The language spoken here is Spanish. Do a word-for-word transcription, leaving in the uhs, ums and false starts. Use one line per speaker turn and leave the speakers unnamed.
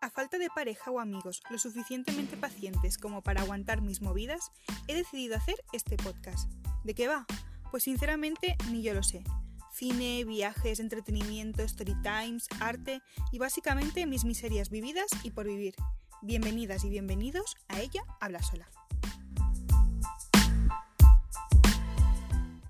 A falta de pareja o amigos lo suficientemente pacientes como para aguantar mis movidas, he decidido hacer este podcast. ¿De qué va? Pues sinceramente ni yo lo sé. Cine, viajes, entretenimiento, story times, arte y básicamente mis miserias vividas y por vivir. Bienvenidas y bienvenidos a Ella Habla Sola.